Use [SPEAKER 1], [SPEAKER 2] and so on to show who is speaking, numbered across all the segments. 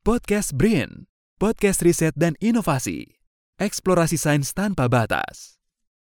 [SPEAKER 1] Podcast BRIN, podcast riset dan inovasi, eksplorasi sains tanpa batas.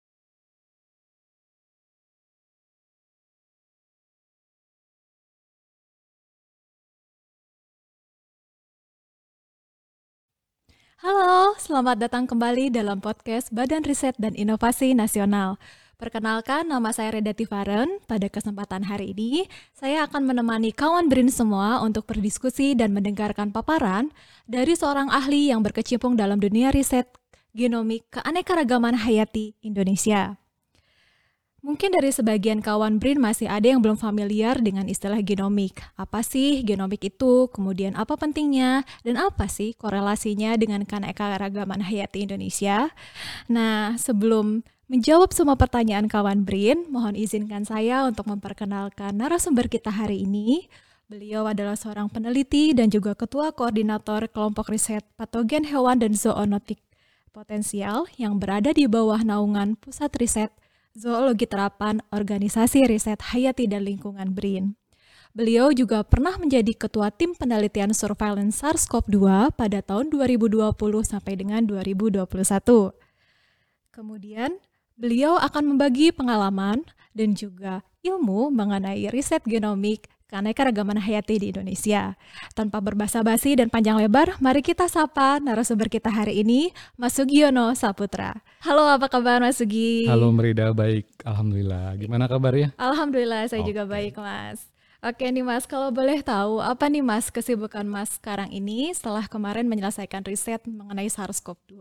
[SPEAKER 2] Halo, selamat datang kembali dalam podcast Badan Riset dan Inovasi Nasional. Perkenalkan, nama saya Reda Tifaren. Pada kesempatan hari ini, saya akan menemani kawan BRIN semua untuk berdiskusi dan mendengarkan paparan dari seorang ahli yang berkecimpung dalam dunia riset genomik keanekaragaman hayati Indonesia. Mungkin dari sebagian kawan BRIN masih ada yang belum familiar dengan istilah genomik. Apa sih genomik itu? Kemudian apa pentingnya? Dan apa sih korelasinya dengan keanekaragaman hayati Indonesia? Nah, sebelum menjawab semua pertanyaan kawan BRIN, mohon izinkan saya untuk memperkenalkan narasumber kita hari ini. Beliau adalah seorang peneliti dan juga ketua koordinator kelompok riset patogen hewan dan zoonotik potensial yang berada di bawah naungan Pusat Riset Zoologi Terapan Organisasi Riset Hayati dan Lingkungan BRIN. Beliau juga pernah menjadi ketua tim penelitian surveillance SARS-CoV-2 pada tahun 2020 sampai dengan 2021. Kemudian, beliau akan membagi pengalaman dan juga ilmu mengenai riset genomik keanekaragaman hayati di Indonesia. Tanpa berbasa-basi dan panjang lebar, mari kita sapa narasumber kita hari ini, Mas Sugiono Saputra. Halo, apa kabar Mas Sugi?
[SPEAKER 3] Halo Merida, baik. Alhamdulillah. Gimana kabarnya?
[SPEAKER 2] Alhamdulillah, saya juga baik, Mas. Oke nih Mas, kalau boleh tahu, apa nih Mas kesibukan Mas sekarang ini setelah kemarin menyelesaikan riset mengenai SARS-CoV-2?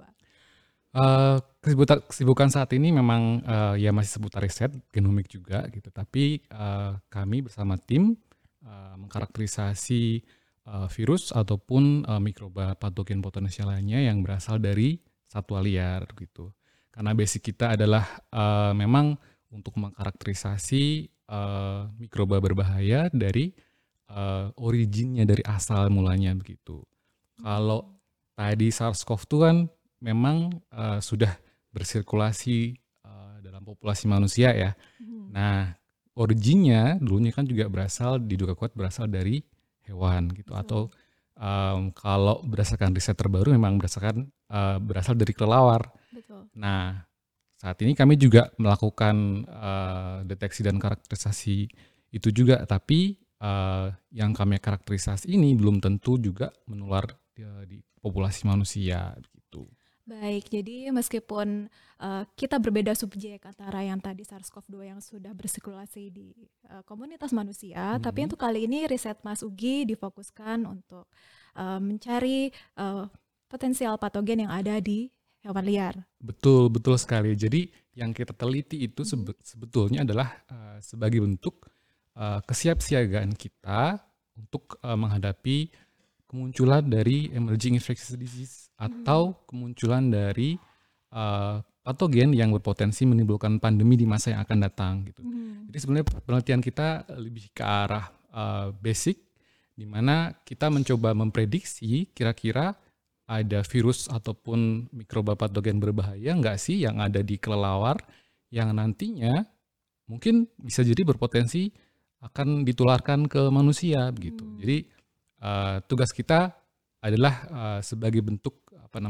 [SPEAKER 3] Kesibukan saat ini memang ya masih seputar riset genomik juga gitu. Tapi kami bersama tim mengkarakterisasi virus ataupun mikroba patogen potensial lainnya yang berasal dari satwa liar gitu. Karena basic kita adalah memang untuk mengkarakterisasi mikroba berbahaya dari originnya, dari asal mulanya begitu. Kalau tadi SARS-CoV-2 kan memang sudah bersirkulasi dalam populasi manusia ya. Nah, originnya dulunya kan juga diduga kuat berasal dari hewan gitu. Atau kalau berdasarkan riset terbaru memang berasal dari kelelawar.
[SPEAKER 2] Betul.
[SPEAKER 3] Nah, saat ini kami juga melakukan deteksi dan karakterisasi itu juga, tapi yang kami karakterisasi ini belum tentu juga menular di populasi manusia gitu.
[SPEAKER 2] Baik, jadi meskipun kita berbeda subjek antara yang tadi SARS-CoV-2 yang sudah bersirkulasi di komunitas manusia, tapi untuk kali ini riset Mas Ugi difokuskan untuk mencari potensial patogen yang ada di hewan liar.
[SPEAKER 3] Betul sekali. Jadi yang kita teliti itu sebetulnya adalah sebagai bentuk kesiapsiagaan kita untuk menghadapi kemunculan dari emerging infectious disease atau kemunculan dari patogen yang berpotensi menimbulkan pandemi di masa yang akan datang gitu. Jadi sebenarnya penelitian kita lebih ke arah basic, di mana kita mencoba memprediksi kira-kira ada virus ataupun mikroba patogen berbahaya nggak sih yang ada di kelelawar yang nantinya mungkin bisa jadi berpotensi akan ditularkan ke manusia begitu. Jadi tugas kita adalah sebagai bentuk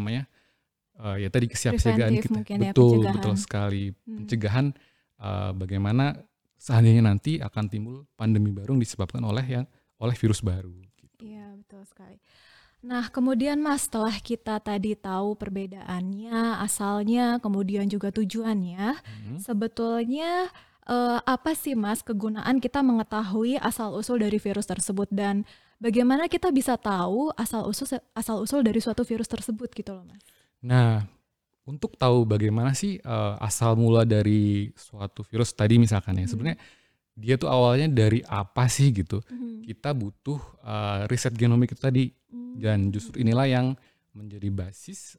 [SPEAKER 3] ya tadi kesiapsiagaan kita. Betul sekali. Pencegahan bagaimana seandainya nanti akan timbul pandemi baru disebabkan oleh virus baru. Gitu.
[SPEAKER 2] Iya, betul sekali. Nah, kemudian Mas, setelah kita tadi tahu perbedaannya, asalnya, kemudian juga tujuannya, sebetulnya apa sih Mas kegunaan kita mengetahui asal-usul dari virus tersebut dan bagaimana kita bisa tahu asal-usul dari suatu virus tersebut gitu loh Mas?
[SPEAKER 3] Nah, untuk tahu bagaimana sih asal mula dari suatu virus tadi misalkan ya, sebenarnya dia tuh awalnya dari apa sih gitu. Kita butuh riset genomik itu tadi, dan justru inilah yang menjadi basis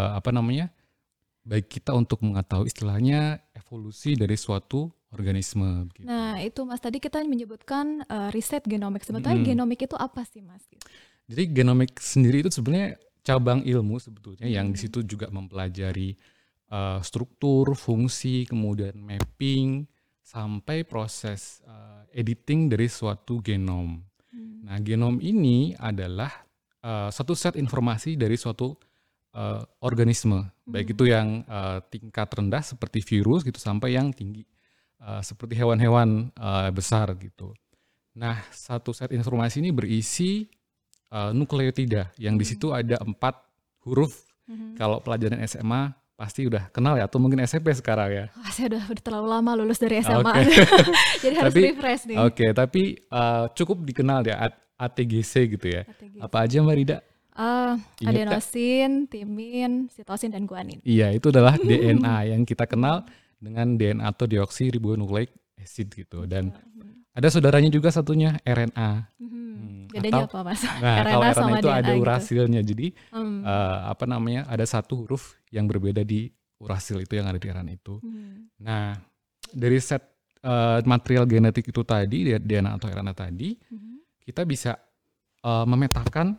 [SPEAKER 3] baik kita untuk mengetahui istilahnya evolusi dari suatu organisme. Gitu.
[SPEAKER 2] Nah itu Mas, tadi kita menyebutkan riset genomik. Sebetulnya genomik itu apa sih Mas?
[SPEAKER 3] Jadi genomik sendiri itu sebenarnya cabang ilmu sebetulnya yang di situ juga mempelajari struktur, fungsi, kemudian mapping, sampai proses editing dari suatu genom. Nah, genom ini adalah satu set informasi dari suatu organisme, baik itu yang tingkat rendah seperti virus gitu sampai yang tinggi seperti hewan-hewan besar gitu. Nah, satu set informasi ini berisi nukleotida yang di situ ada 4 huruf. Kalau pelajaran SMA pasti udah kenal ya, atau mungkin SMP sekarang ya.
[SPEAKER 2] Wah, saya udah terlalu lama lulus dari SMA. Jadi harus refresh nih.
[SPEAKER 3] Oke, tapi cukup dikenal ya ATGC gitu ya.
[SPEAKER 2] ATGC.
[SPEAKER 3] Apa aja Mbak Rida?
[SPEAKER 2] Adenosin, timin, sitosin, dan guanin.
[SPEAKER 3] Iya, itu adalah DNA yang kita kenal dengan DNA atau deoksiribonucleic acid gitu. Dan ada saudaranya juga satunya RNA.
[SPEAKER 2] Bedanya apa Mas?
[SPEAKER 3] Nah, kalau RNA
[SPEAKER 2] sama
[SPEAKER 3] itu
[SPEAKER 2] DNA
[SPEAKER 3] ada
[SPEAKER 2] gitu.
[SPEAKER 3] urasilnya. Jadi ada satu huruf yang berbeda di urasil itu yang ada di RNA itu. Nah, dari set material genetik itu tadi, DNA atau RNA tadi, kita bisa memetakan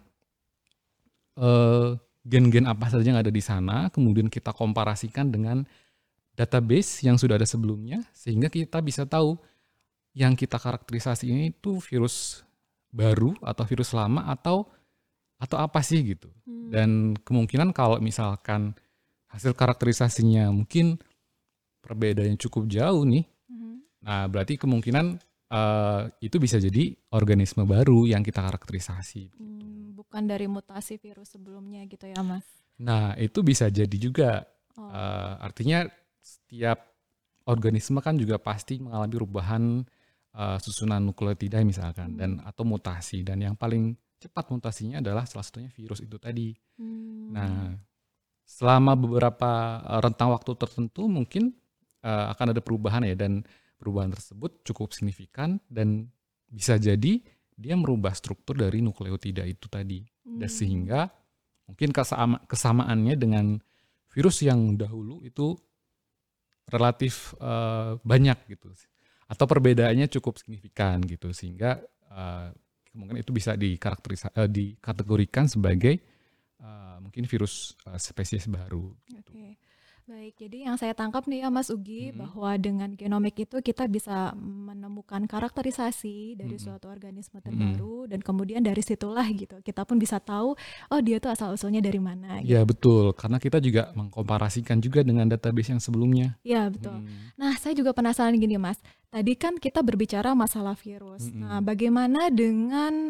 [SPEAKER 3] gen-gen apa saja yang ada di sana, kemudian kita komparasikan dengan database yang sudah ada sebelumnya, sehingga kita bisa tahu yang kita karakterisasi ini itu virus baru atau virus lama atau apa sih gitu. Dan kemungkinan kalau misalkan hasil karakterisasinya mungkin perbedaannya cukup jauh nih, nah berarti kemungkinan itu bisa jadi organisme baru yang kita karakterisasi.
[SPEAKER 2] Bukan dari mutasi virus sebelumnya gitu ya Mas?
[SPEAKER 3] Nah itu bisa jadi juga. Artinya setiap organisme kan juga pasti mengalami perubahan susunan nukleotida misalkan dan atau mutasi, dan yang paling cepat mutasinya adalah salah satunya virus itu tadi. Nah, selama beberapa rentang waktu tertentu mungkin akan ada perubahan ya, dan perubahan tersebut cukup signifikan dan bisa jadi dia merubah struktur dari nukleotida itu tadi. Dan sehingga mungkin kesamaannya dengan virus yang dahulu itu relatif banyak gitu, atau perbedaannya cukup signifikan gitu, sehingga mungkin itu bisa dikategorikan sebagai mungkin virus spesies baru. Gitu.
[SPEAKER 2] Oke. Baik, jadi yang saya tangkap nih ya Mas Ugi, bahwa dengan genomik itu kita bisa menemukan karakterisasi dari suatu organisme terbaru, dan kemudian dari situlah gitu kita pun bisa tahu oh dia tuh asal-usulnya dari mana.
[SPEAKER 3] Iya betul, karena kita juga mengkomparasikan juga dengan database yang sebelumnya.
[SPEAKER 2] Iya betul. Nah saya juga penasaran gini Mas, tadi kan kita berbicara masalah virus. Nah bagaimana dengan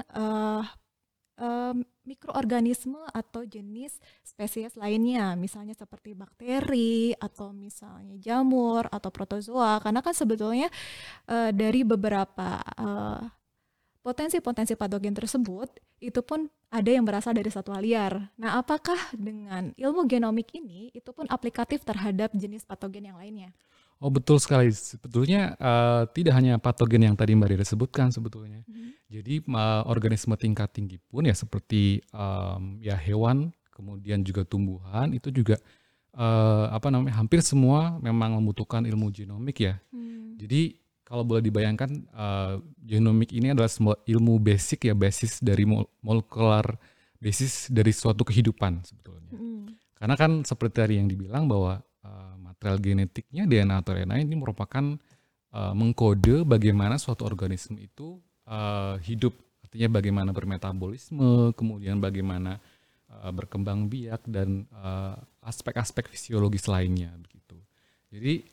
[SPEAKER 2] mikroorganisme atau jenis spesies lainnya, misalnya seperti bakteri atau misalnya jamur atau protozoa, karena kan sebetulnya dari beberapa potensi-potensi patogen tersebut itu pun ada yang berasal dari satwa liar. Nah, apakah dengan ilmu genomik ini itu pun aplikatif terhadap jenis patogen yang lainnya?
[SPEAKER 3] Oh betul sekali, sebetulnya tidak hanya patogen yang tadi Mbak Rida sebutkan sebetulnya. Jadi organisme tingkat tinggi pun ya seperti ya hewan, kemudian juga tumbuhan itu juga hampir semua memang membutuhkan ilmu genomik ya. Jadi kalau boleh dibayangkan genomik ini adalah semua ilmu basic ya, basis dari molekular basis dari suatu kehidupan sebetulnya. Karena kan seperti tadi yang dibilang bahwa material genetiknya DNA atau RNA ini merupakan mengkode bagaimana suatu organisme itu hidup, artinya bagaimana bermetabolisme, kemudian bagaimana berkembang biak dan aspek-aspek fisiologis lainnya begitu. Jadi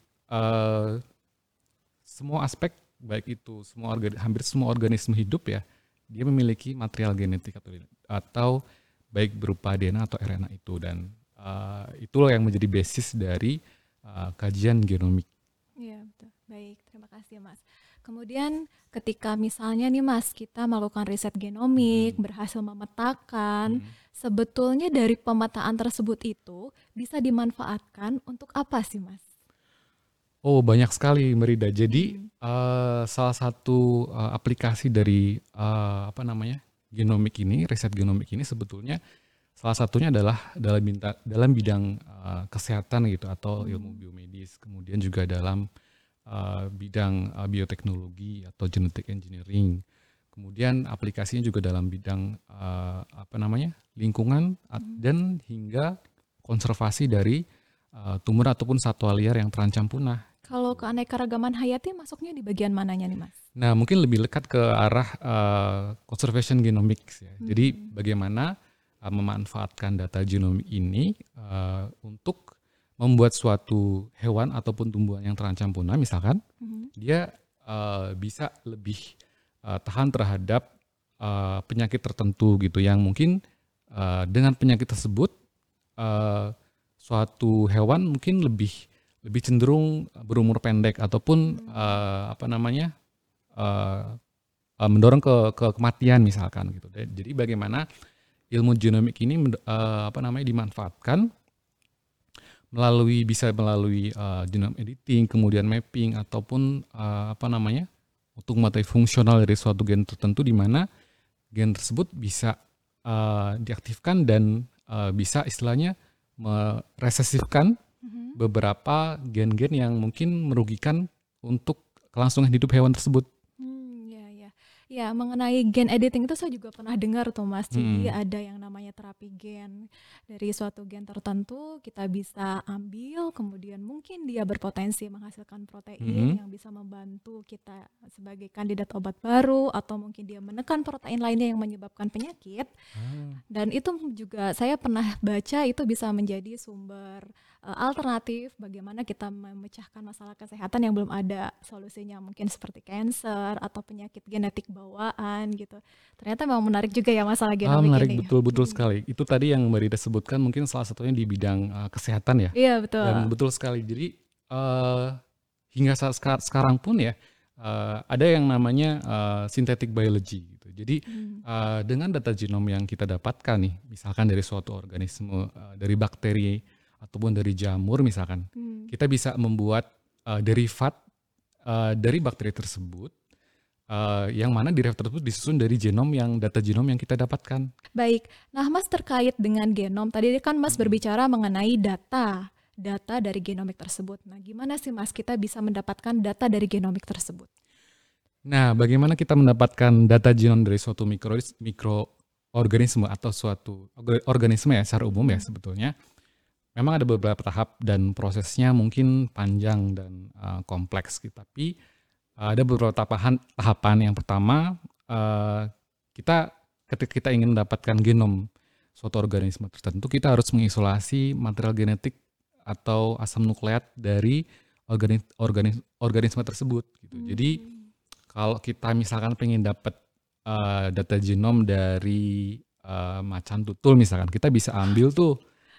[SPEAKER 3] semua aspek baik itu hampir semua organisme hidup ya, dia memiliki material genetik atau baik berupa DNA atau RNA itu, dan itulah yang menjadi basis dari kajian genomik.
[SPEAKER 2] Iya betul. Baik, terima kasih Mas. Kemudian ketika misalnya nih Mas, kita melakukan riset genomik, berhasil memetakan, sebetulnya dari pemetaan tersebut itu bisa dimanfaatkan untuk apa sih Mas?
[SPEAKER 3] Oh banyak sekali Merida. Jadi salah satu aplikasi dari genomik ini, riset genomik ini sebetulnya salah satunya adalah dalam bidang kesehatan gitu atau ilmu biomedis, kemudian juga dalam bidang bioteknologi atau genetic engineering, kemudian aplikasinya juga dalam bidang lingkungan dan hingga konservasi dari tumor ataupun satwa liar yang terancam punah.
[SPEAKER 2] Kalau keanekaragaman hayati masuknya di bagian mananya nih Mas?
[SPEAKER 3] Nah mungkin lebih dekat ke arah conservation genomics ya. Jadi bagaimana memanfaatkan data genom ini untuk membuat suatu hewan ataupun tumbuhan yang terancam punah, misalkan dia bisa lebih tahan terhadap penyakit tertentu gitu, yang mungkin dengan penyakit tersebut suatu hewan mungkin lebih cenderung berumur pendek ataupun mendorong ke kematian misalkan gitu. Jadi bagaimana ilmu genomik ini dimanfaatkan melalui genome editing, kemudian mapping ataupun untuk mengetahui fungsional dari suatu gen tertentu, di mana gen tersebut bisa diaktifkan dan bisa istilahnya meresesifkan beberapa gen-gen yang mungkin merugikan untuk kelangsungan hidup hewan tersebut.
[SPEAKER 2] Ya, mengenai gen editing itu saya juga pernah dengar tuh Mas. Jadi ada yang namanya terapi gen. Dari suatu gen tertentu kita bisa ambil, kemudian mungkin dia berpotensi menghasilkan protein yang bisa membantu kita sebagai kandidat obat baru, atau mungkin dia menekan protein lainnya yang menyebabkan penyakit. Dan itu juga saya pernah baca itu bisa menjadi sumber alternatif bagaimana kita memecahkan masalah kesehatan yang belum ada solusinya, mungkin seperti kanker atau penyakit genetik bawaan gitu. Ternyata memang menarik juga ya masalah genomik
[SPEAKER 3] menarik,
[SPEAKER 2] ini.
[SPEAKER 3] Betul sekali. Itu tadi yang Mbak Rida sebutkan mungkin salah satunya di bidang kesehatan ya.
[SPEAKER 2] Iya, betul.
[SPEAKER 3] Dan betul sekali. Jadi hingga saat sekarang pun ya ada yang namanya synthetic biology gitu. Jadi dengan data genom yang kita dapatkan nih, misalkan dari suatu organisme, dari bakteri ataupun dari jamur misalkan, kita bisa membuat derivat dari bakteri tersebut, yang mana derivat tersebut disusun dari data genom yang kita dapatkan.
[SPEAKER 2] Baik, nah Mas, terkait dengan genom, tadi kan Mas berbicara mengenai data dari genomik tersebut. Nah, gimana sih Mas kita bisa mendapatkan data dari genomik tersebut?
[SPEAKER 3] Nah, bagaimana kita mendapatkan data genom dari suatu mikroorganisme atau suatu organisme ya secara umum ya sebetulnya. Memang ada beberapa tahap dan prosesnya mungkin panjang dan kompleks gitu. Tapi ada beberapa tahapan. Yang pertama, ketika kita ingin mendapatkan genom suatu organisme tertentu, kita harus mengisolasi material genetik atau asam nukleat dari organisme tersebut gitu. Jadi kalau kita misalkan pengen dapat data genom dari macan tutul misalkan, kita bisa ambil tuh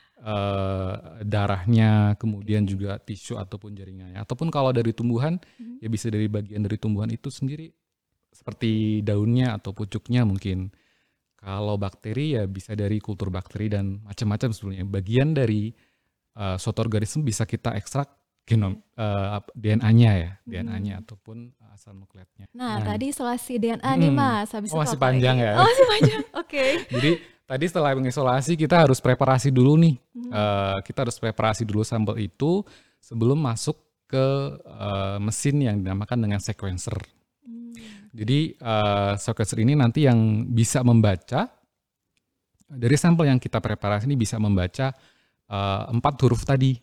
[SPEAKER 3] darahnya, kemudian juga tisu ataupun jaringannya. Ataupun kalau dari tumbuhan, ya bisa dari bagian dari tumbuhan itu sendiri, seperti daunnya atau pucuknya mungkin. Kalau bakteri ya bisa dari kultur bakteri dan macam-macam sebetulnya. Bagian dari suatu organisme bisa kita ekstrak genom DNA-nya ya, DNA-nya ataupun asam nukleatnya.
[SPEAKER 2] Nah, tadi isolasi DNA nih Mas, habis itu
[SPEAKER 3] masih panjang ya.
[SPEAKER 2] Oh, masih panjang. Oke.
[SPEAKER 3] Jadi tadi setelah mengisolasi kita harus preparasi dulu nih. Kita harus preparasi dulu sampel itu sebelum masuk ke mesin yang dinamakan dengan sequencer. Jadi sequencer ini nanti yang bisa membaca dari sampel yang kita preparasi ini, bisa membaca 4 huruf tadi.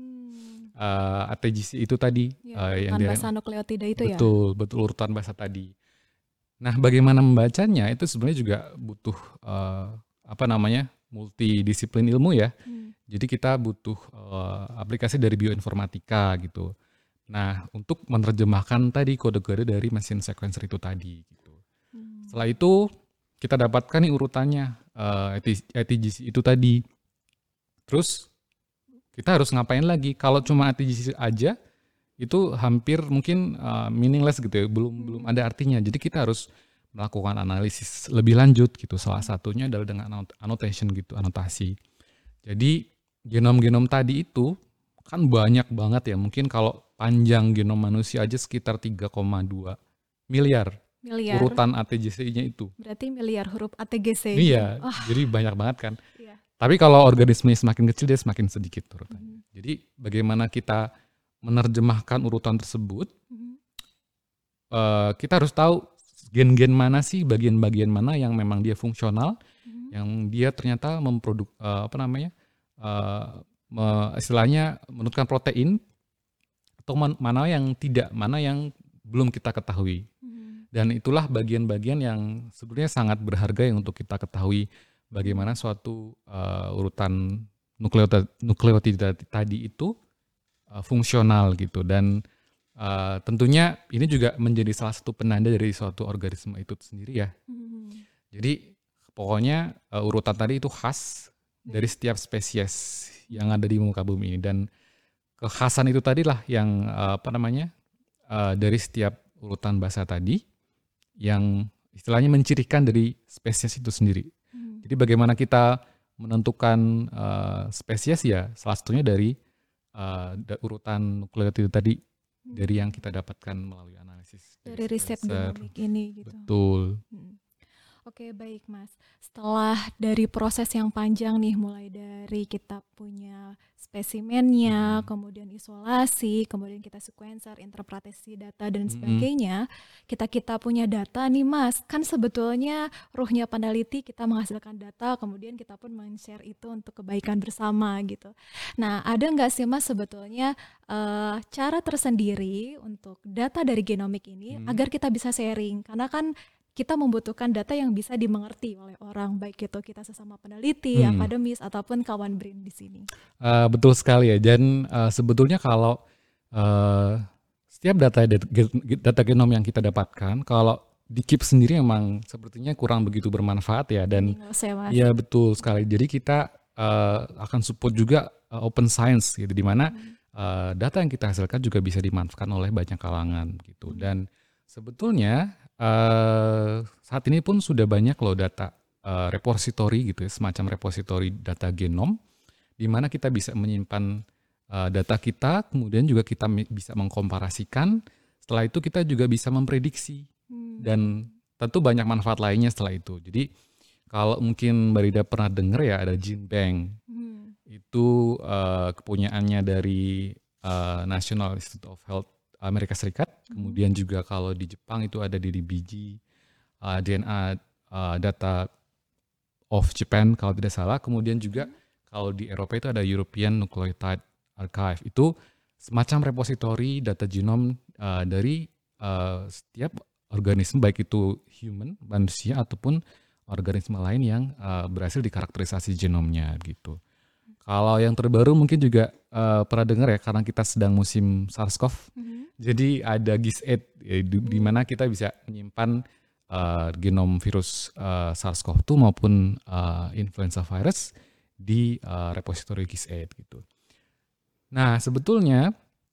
[SPEAKER 3] ATGC itu tadi
[SPEAKER 2] yang bahasa nukleotida itu
[SPEAKER 3] betul, ya. Betul urutan bahasa tadi. Nah, bagaimana membacanya itu sebenarnya juga butuh multidisiplin ilmu ya. Jadi kita butuh aplikasi dari bioinformatika gitu. Nah, untuk menerjemahkan tadi kode-kode dari mesin sequencer itu tadi gitu. Setelah itu kita dapatkan nih urutannya ATGC itu tadi. Terus kita harus ngapain lagi? Kalau cuma ATGC aja itu hampir mungkin meaningless gitu ya, belum ada artinya. Jadi kita harus melakukan analisis lebih lanjut gitu. Salah satunya adalah dengan anotasi. Jadi genom-genom tadi itu kan banyak banget ya. Mungkin kalau panjang genom manusia aja sekitar 3,2 miliar urutan ATGC-nya itu.
[SPEAKER 2] Berarti miliar huruf ATGC.
[SPEAKER 3] Iya, jadi banyak banget kan. Iya. Tapi kalau organismenya semakin kecil, dia semakin sedikit urutannya. Jadi bagaimana kita menerjemahkan urutan tersebut, kita harus tahu gen-gen mana sih, bagian-bagian mana yang memang dia fungsional, yang dia ternyata istilahnya menurunkan protein, atau mana yang tidak, mana yang belum kita ketahui. Dan itulah bagian-bagian yang sebenarnya sangat berharga yang untuk kita ketahui bagaimana suatu urutan nukleotida tadi itu fungsional gitu. Dan tentunya ini juga menjadi salah satu penanda dari suatu organisme itu sendiri ya. Jadi pokoknya urutan tadi itu khas dari setiap spesies yang ada di muka bumi ini, dan kekhasan itu tadilah yang dari setiap urutan bahasa tadi yang istilahnya mencirikan dari spesies itu sendiri. Jadi bagaimana kita menentukan spesies ya salah satunya dari urutan nukleotida tadi dari yang kita dapatkan melalui analisis
[SPEAKER 2] dari riset genomik ini gitu.
[SPEAKER 3] Betul.
[SPEAKER 2] Oke, baik Mas. Setelah dari proses yang panjang nih, mulai dari kita punya spesimennya, kemudian isolasi, kemudian kita sequencer, interpretasi data dan sebagainya, kita punya data nih Mas. Kan sebetulnya ruhnya peneliti kita menghasilkan data, kemudian kita pun men-share itu untuk kebaikan bersama gitu. Nah, ada nggak sih Mas sebetulnya cara tersendiri untuk data dari genomik ini agar kita bisa sharing? Karena kan kita membutuhkan data yang bisa dimengerti oleh orang, baik itu kita sesama peneliti, akademis, ataupun kawan BRIN di sini.
[SPEAKER 3] Betul sekali ya, dan sebetulnya kalau setiap data genom yang kita dapatkan, kalau di keep sendiri memang sepertinya kurang begitu bermanfaat ya, dan ya betul sekali. Jadi kita akan support juga open science gitu, di mana data yang kita hasilkan juga bisa dimanfaatkan oleh banyak kalangan gitu. Dan sebetulnya saat ini pun sudah banyak loh data repository gitu ya, semacam repository data genom, di mana kita bisa menyimpan data kita, kemudian juga kita bisa mengkomparasikan. Setelah itu kita juga bisa memprediksi dan tentu banyak manfaat lainnya setelah itu. Jadi kalau mungkin Mbak Rida pernah dengar ya, ada GenBank. Itu kepunyaannya dari National Institute of Health Amerika Serikat. Kemudian juga kalau di Jepang itu ada di DBG, DNA Data of Japan kalau tidak salah. Kemudian juga kalau di Eropa itu ada European Nucleotide Archive. Itu semacam repositori data genom dari setiap organisme, baik itu human, manusia, ataupun organisme lain yang berhasil dikarakterisasi genomnya gitu. Kalau yang terbaru mungkin juga pernah dengar ya, karena kita sedang musim SARS-CoV. Jadi ada GIS-8 di mana kita bisa menyimpan genom virus SARS-CoV-2 maupun influenza virus di repositori GIS-8 gitu. Nah, sebetulnya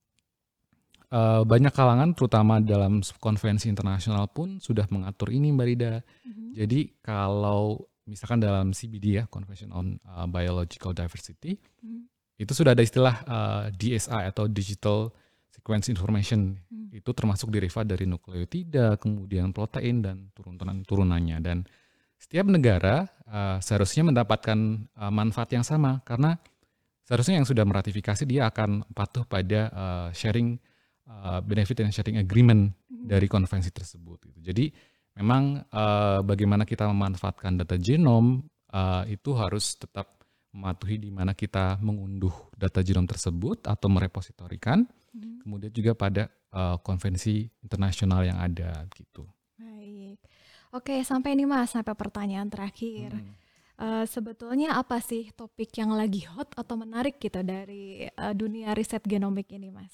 [SPEAKER 3] banyak kalangan terutama dalam konvensi internasional pun sudah mengatur ini Mbak Rida. Jadi kalau misalkan dalam CBD ya, Convention on Biological Diversity, itu sudah ada istilah DSI atau Digital Sequence Information. Itu termasuk derivat dari nukleotida, kemudian protein dan turunannya. Dan setiap negara seharusnya mendapatkan manfaat yang sama, karena seharusnya yang sudah meratifikasi dia akan patuh pada sharing benefit and sharing agreement dari konvensi tersebut. Jadi memang bagaimana kita memanfaatkan data genom itu harus tetap mematuhi di mana kita mengunduh data genom tersebut atau merepositorikan, kemudian juga pada konvensi internasional yang ada gitu.
[SPEAKER 2] Baik, oke, sampai ini Mas, sampai pertanyaan terakhir. Sebetulnya apa sih topik yang lagi hot atau menarik gitu dari dunia riset genomik ini Mas?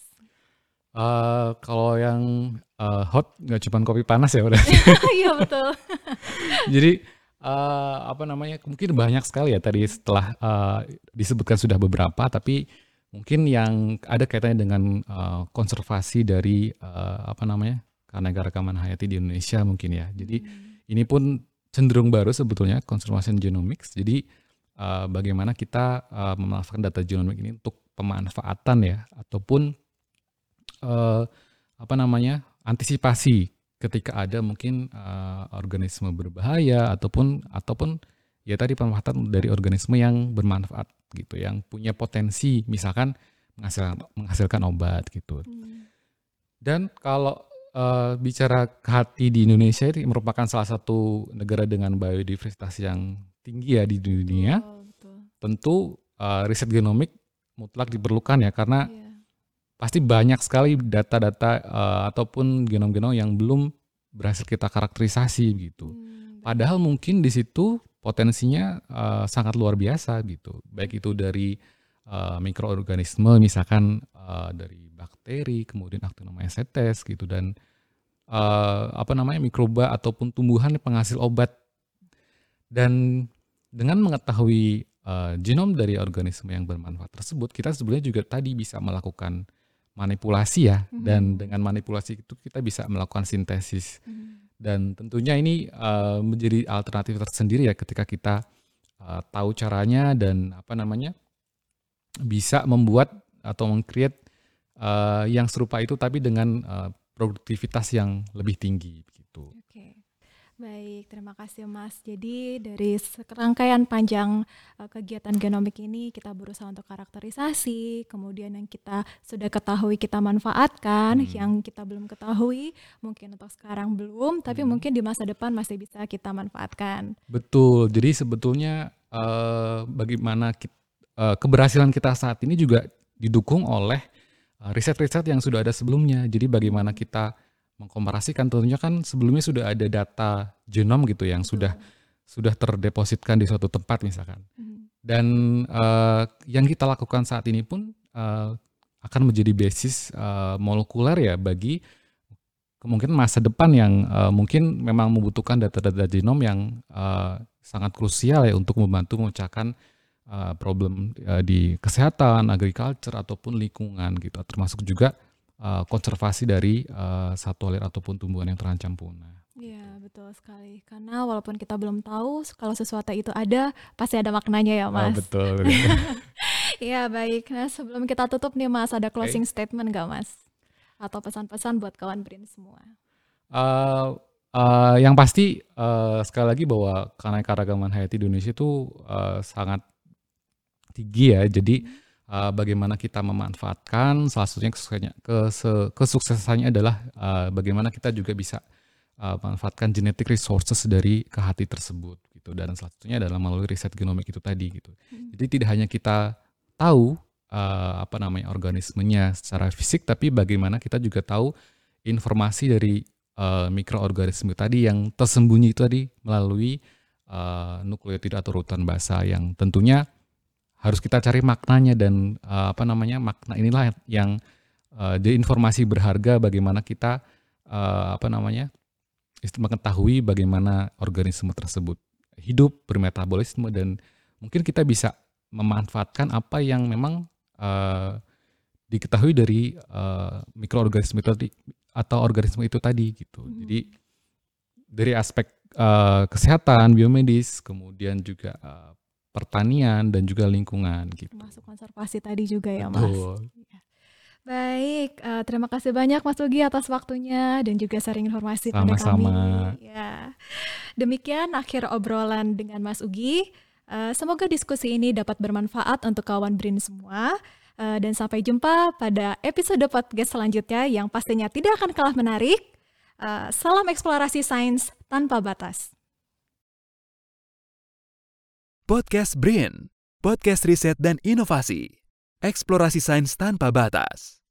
[SPEAKER 3] Kalau yang hot nggak cuma kopi panas ya udah.
[SPEAKER 2] Iya betul.
[SPEAKER 3] Jadi mungkin banyak sekali ya tadi setelah disebutkan sudah beberapa, tapi mungkin yang ada kaitannya dengan konservasi dari keanekaragaman hayati di Indonesia mungkin ya. Jadi ini pun cenderung baru sebetulnya, conservation genomics. Jadi bagaimana kita memanfaatkan data genomik ini untuk pemanfaatan ya, ataupun antisipasi ketika ada mungkin organisme berbahaya ataupun ya tadi pemanfaatan dari organisme yang bermanfaat gitu, yang punya potensi misalkan menghasilkan obat gitu. Dan kalau bicara KHT di Indonesia, itu merupakan salah satu negara dengan biodiversitas yang tinggi ya di dunia. Tentu riset genomik mutlak diperlukan ya, karena pasti banyak sekali data-data ataupun genom-genom yang belum berhasil kita karakterisasi gitu. Padahal mungkin di situ potensinya sangat luar biasa gitu. Baik itu dari mikroorganisme, misalkan dari bakteri, kemudian Actinomycetes gitu, dan mikroba ataupun tumbuhan penghasil obat. Dan dengan mengetahui genom dari organisme yang bermanfaat tersebut, kita sebenarnya juga tadi bisa melakukan manipulasi ya, dan dengan manipulasi itu kita bisa melakukan sintesis. Dan tentunya ini menjadi alternatif tersendiri ya ketika kita tahu caranya dan bisa membuat atau meng-create yang serupa itu tapi dengan produktivitas yang lebih tinggi gitu.
[SPEAKER 2] Oke. Baik, terima kasih Mas. Jadi dari rangkaian panjang kegiatan genomik ini kita berusaha untuk karakterisasi, kemudian yang kita sudah ketahui kita manfaatkan, yang kita belum ketahui mungkin untuk sekarang belum, tapi mungkin di masa depan masih bisa kita manfaatkan.
[SPEAKER 3] Betul, jadi sebetulnya bagaimana keberhasilan kita saat ini juga didukung oleh riset-riset yang sudah ada sebelumnya. Jadi bagaimana kita mengkomparasikan, tentunya kan sebelumnya sudah ada data genom gitu yang sudah terdepositkan di suatu tempat misalkan. Dan yang kita lakukan saat ini pun akan menjadi basis molekuler ya bagi kemungkinan masa depan yang mungkin memang membutuhkan data-data genom yang sangat krusial ya untuk membantu memecahkan problem di kesehatan, agriculture ataupun lingkungan gitu, termasuk juga konservasi dari satwa liar ataupun tumbuhan yang terancam punah.
[SPEAKER 2] Iya, betul sekali. Karena walaupun kita belum tahu kalau sesuatu itu ada, pasti ada maknanya ya, Mas.
[SPEAKER 3] Betul.
[SPEAKER 2] Iya, baik. Nah, sebelum kita tutup nih, Mas, ada closing statement nggak, Mas? Atau pesan-pesan buat kawan BRIN semua?
[SPEAKER 3] Yang pasti sekali lagi bahwa keanekaragaman hayati di Indonesia itu sangat tinggi ya. Jadi bagaimana kita memanfaatkan, salah satunya kesuksesannya adalah bagaimana kita juga bisa memanfaatkan genetic resources dari kehati tersebut gitu. Dan salah satunya adalah melalui riset genomik itu tadi gitu. Jadi tidak hanya kita tahu organismenya secara fisik, tapi bagaimana kita juga tahu informasi dari mikroorganisme tadi yang tersembunyi itu tadi melalui nukleotida atau urutan basa yang tentunya harus kita cari maknanya. Dan makna inilah yang jadi informasi berharga bagaimana kita mengetahui bagaimana organisme tersebut hidup, bermetabolisme, dan mungkin kita bisa memanfaatkan apa yang memang diketahui dari mikroorganisme itu tadi atau organisme itu tadi gitu. Jadi dari aspek kesehatan, biomedis, kemudian juga pertanian dan juga lingkungan gitu.
[SPEAKER 2] Termasuk konservasi tadi juga ya,
[SPEAKER 3] Betul.
[SPEAKER 2] Mas. Baik, terima kasih banyak Mas Ugi atas waktunya dan juga sharing informasi pada kami.
[SPEAKER 3] Sama-sama.
[SPEAKER 2] Ya. Demikian akhir obrolan dengan Mas Ugi. Semoga diskusi ini dapat bermanfaat untuk kawan BRIN semua. Dan sampai jumpa pada episode podcast selanjutnya yang pastinya tidak akan kalah menarik. Salam eksplorasi sains tanpa batas.
[SPEAKER 1] Podcast BRIN, podcast riset dan inovasi. Eksplorasi sains tanpa batas.